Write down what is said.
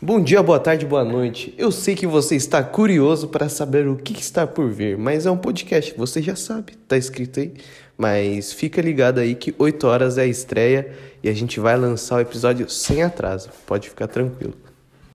Bom dia, boa tarde, boa noite. Eu sei que você está curioso para saber o que está por vir, mas é um podcast, você já sabe, tá escrito aí. Mas fica ligado aí que 8 horas é a estreia e a gente vai lançar o episódio sem atraso, pode ficar tranquilo.